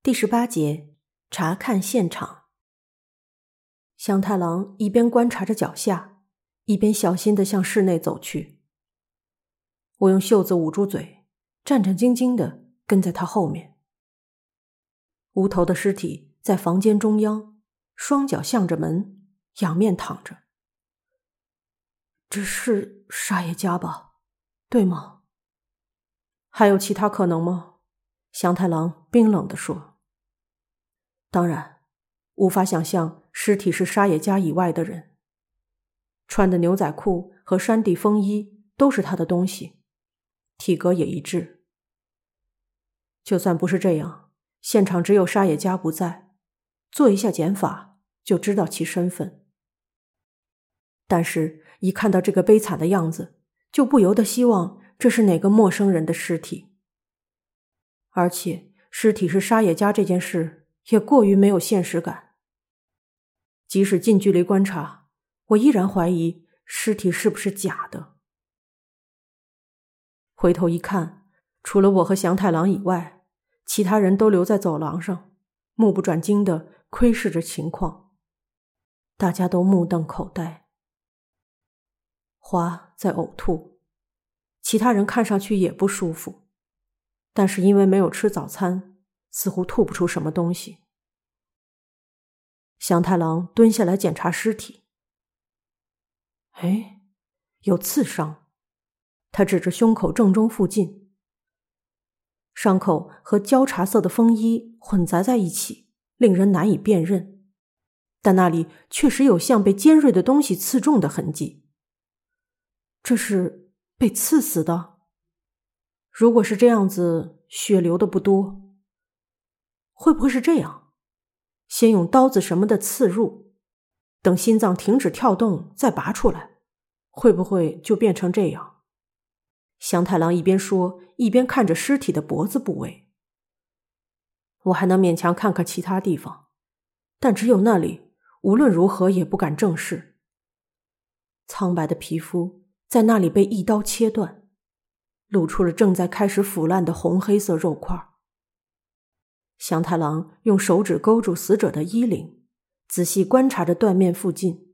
第18节，查看现场。祥太郎一边观察着脚下，一边小心地向室内走去。我用袖子捂住嘴，战战兢兢地跟在他后面。无头的尸体在房间中央，双脚向着门，仰面躺着。这是沙野家吧？对吗？还有其他可能吗？祥太郎冰冷地说。当然，无法想象尸体是沙野家以外的人。穿的牛仔裤和山地风衣都是他的东西，体格也一致。就算不是这样，现场只有沙野家不在，做一下检法就知道其身份。但是一看到这个悲惨的样子，就不由得希望这是哪个陌生人的尸体。而且尸体是沙野家这件事也过于没有现实感。即使近距离观察，我依然怀疑尸体是不是假的。回头一看，除了我和祥太郎以外，其他人都留在走廊上，目不转睛地窥视着情况。大家都目瞪口呆。花在呕吐，其他人看上去也不舒服，但是因为没有吃早餐，似乎吐不出什么东西。祥太郎蹲下来检查尸体。哎，有刺伤。他指着胸口正中附近。伤口和焦茶色的风衣混杂在一起，令人难以辨认，但那里确实有像被尖锐的东西刺中的痕迹。这是被刺死的？如果是这样子，血流的不多。会不会是这样？先用刀子什么的刺入，等心脏停止跳动再拔出来，会不会就变成这样？祥太郎一边说，一边看着尸体的脖子部位。我还能勉强看看其他地方，但只有那里，无论如何也不敢正视。苍白的皮肤在那里被一刀切断，露出了正在开始腐烂的红黑色肉块。祥太郎用手指勾住死者的衣领，仔细观察着断面附近。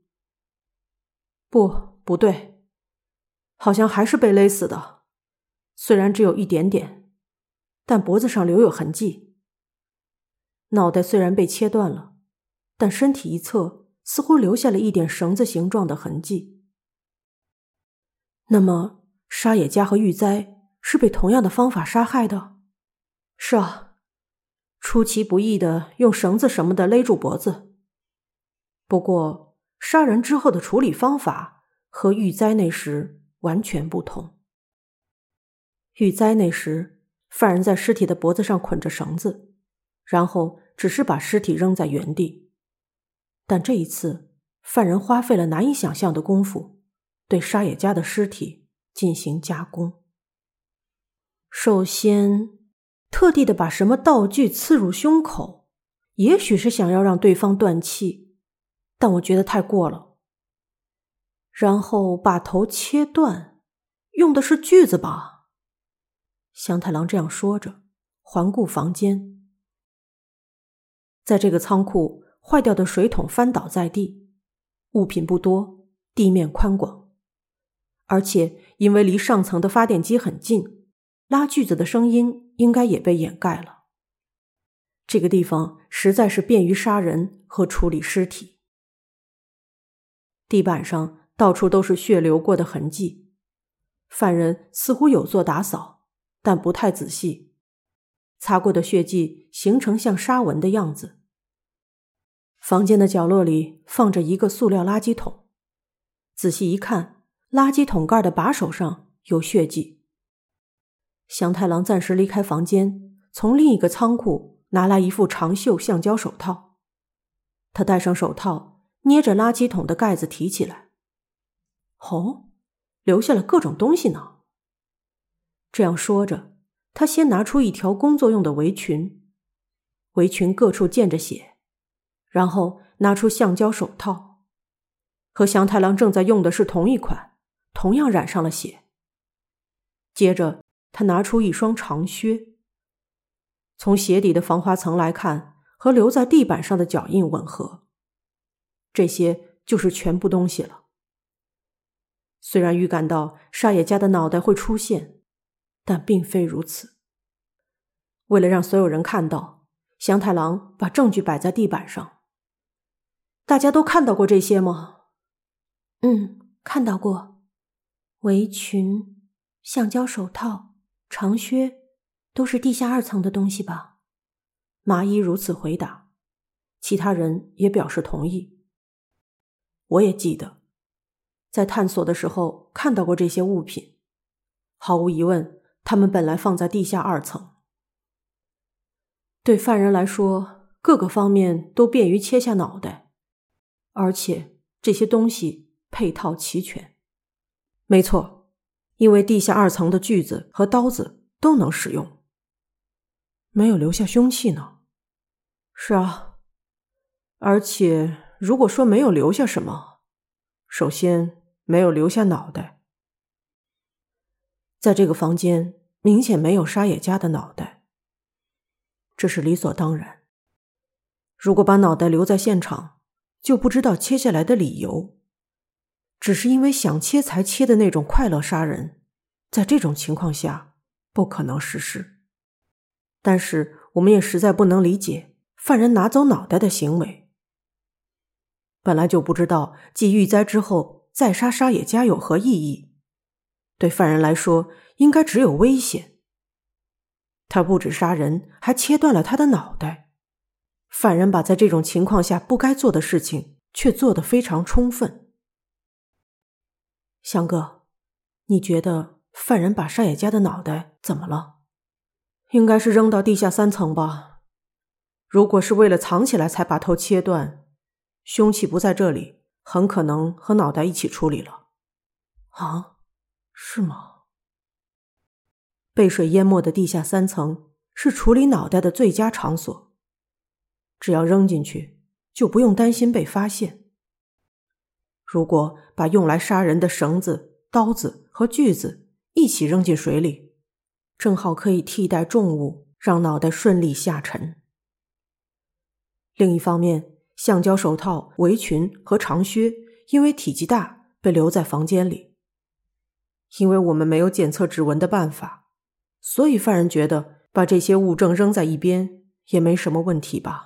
不对，好像还是被勒死的，虽然只有一点点，但脖子上留有痕迹。脑袋虽然被切断了，但身体一侧似乎留下了一点绳子形状的痕迹。那么沙野家和玉哉是被同样的方法杀害的？是啊，出其不意地用绳子什么的勒住脖子。不过杀人之后的处理方法和玉哉那时完全不同。玉哉那时，犯人在尸体的脖子上捆着绳子，然后只是把尸体扔在原地。但这一次，犯人花费了难以想象的功夫，对沙野家的尸体进行加工。首先，特地的把什么道具刺入胸口，也许是想要让对方断气，但我觉得太过了。然后把头切断，用的是锯子吧？祥太郎这样说着，环顾房间。在这个仓库，坏掉的水桶翻倒在地，物品不多，地面宽广，而且因为离上层的发电机很近，拉锯子的声音应该也被掩盖了。这个地方实在是便于杀人和处理尸体。地板上到处都是血流过的痕迹，犯人似乎有做打扫，但不太仔细，擦过的血迹形成像沙纹的样子。房间的角落里放着一个塑料垃圾桶，仔细一看，垃圾桶盖的把手上有血迹。祥太郎暂时离开房间，从另一个仓库拿来一副长袖橡胶手套。他戴上手套，捏着垃圾桶的盖子提起来。哦，留下了各种东西呢。这样说着，他先拿出一条工作用的围裙，围裙各处溅着血，然后拿出橡胶手套，和祥太郎正在用的是同一款，同样染上了血。接着他拿出一双长靴， 从鞋底的防滑层来看，和留在地板上的脚印吻合。这些就是全部东西了。虽然预感到沙野家的脑袋会出现，但并非如此。为了让所有人看到，祥太郎把证据摆在地板上。大家都看到过这些吗？ 看到过。围裙、橡胶手套、长靴，都是地下2层的东西吧？ 麻衣如此回答，其他人也表示同意。我也记得，在探索的时候看到过这些物品。毫无疑问，它们本来放在地下2层。对犯人来说，各个方面都便于切下脑袋，而且这些东西配套齐全。没错，因为地下2层的锯子和刀子都能使用。没有留下凶器呢？是啊，而且如果说没有留下什么，首先没有留下脑袋。在这个房间明显没有沙野家的脑袋，这是理所当然。如果把脑袋留在现场，就不知道切下来的理由。只是因为想切才切的那种快乐杀人，在这种情况下不可能实施。但是我们也实在不能理解犯人拿走脑袋的行为。本来就不知道继遇灾之后再杀沙野家有何意义，对犯人来说应该只有危险。他不止杀人，还切断了他的脑袋。犯人把在这种情况下不该做的事情却做得非常充分。翔哥，你觉得犯人把沙野家的脑袋怎么了？应该是扔到地下3层吧。如果是为了藏起来才把头切断，凶器不在这里，很可能和脑袋一起处理了。啊，是吗？被水淹没的地下3层是处理脑袋的最佳场所，只要扔进去，就不用担心被发现。如果把用来杀人的绳子、刀子和锯子一起扔进水里，正好可以替代重物，让脑袋顺利下沉。另一方面，橡胶手套、围裙和长靴因为体积大被留在房间里。因为我们没有检测指纹的办法，所以犯人觉得把这些物证扔在一边也没什么问题吧。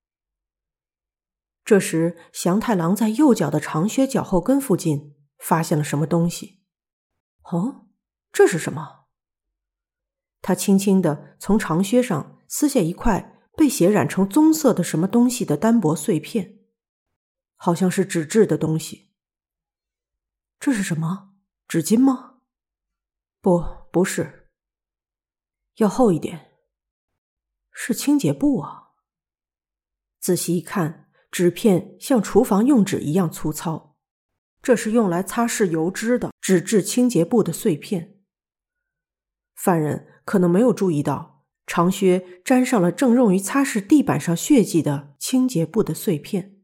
这时，祥太郎在右脚的长靴脚后跟附近发现了什么东西。哦，这是什么？他轻轻地从长靴上撕下一块被血染成棕色的什么东西的单薄碎片，好像是纸质的东西。这是什么？纸巾吗？不是。要厚一点。是清洁布啊。仔细一看，纸片像厨房用纸一样粗糙，这是用来擦拭油脂的纸质清洁布的碎片。犯人可能没有注意到长靴沾上了正用于擦拭地板上血迹的清洁布的碎片。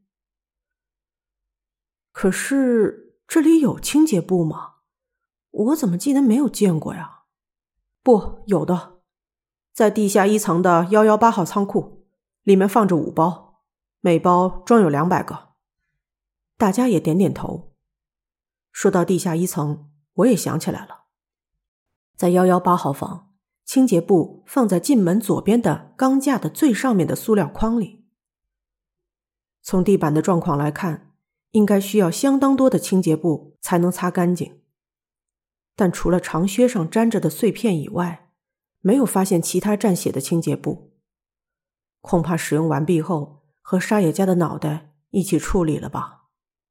可是这里有清洁布吗？我怎么记得没有见过呀？不，有的，在地下1层的118号仓库，里面放着5包，每包装有200个。大家也点点头。说到地下1层，我也想起来了。在118号房，清洁布放在进门左边的钢架的最上面的塑料筐里。从地板的状况来看，应该需要相当多的清洁布才能擦干净。但除了长靴上沾着的碎片以外，没有发现其他沾血的清洁布。恐怕使用完毕后，和沙野家的脑袋一起处理了吧。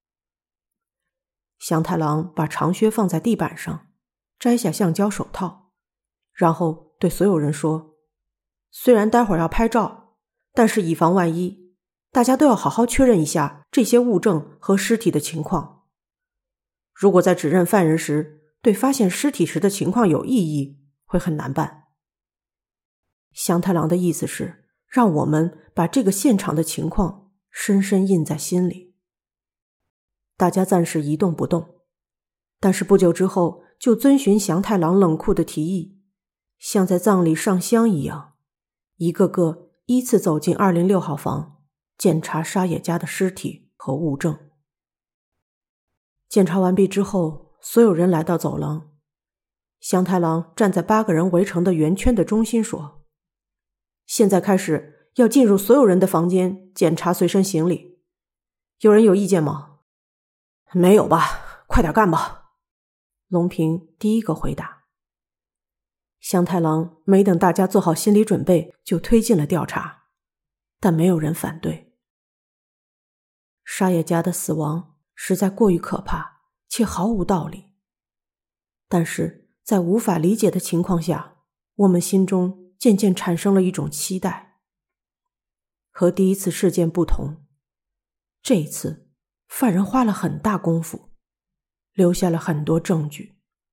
祥太郎把长靴放在地板上，摘下橡胶手套，然后对所有人说，虽然待会儿要拍照，但是以防万一，大家都要好好确认一下这些物证和尸体的情况。如果在指认犯人时对发现尸体时的情况有异议，会很难办。祥太郎的意思是让我们把这个现场的情况深深印在心里。大家暂时一动不动，但是不久之后就遵循祥太郎冷酷的提议，像在葬礼上香一样， 一个个依次走进206号房，检查沙野家的尸体和物证。检查完毕之后，所有人来到走廊。香太郎站在8个人围成的圆圈的中心说：“现在开始要进入所有人的房间检查随身行李，有人有意见吗？”“没有吧，快点干吧。”龙平第一个回答。香太郎没等大家做好心理准备，就推进了调查，但没有人反对。沙野家的死亡实在过于可怕，且毫无道理。但是在无法理解的情况下，我们心中渐渐产生了一种期待。和第一次事件不同，这一次犯人花了很大功夫，留下了很多证据。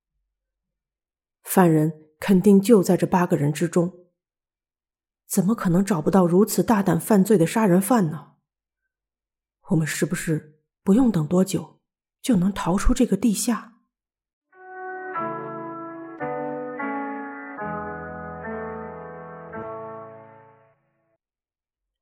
犯人肯定就在这8个人之中，怎么可能找不到如此大胆犯罪的杀人犯呢？我们是不是不用等多久就能逃出这个地下？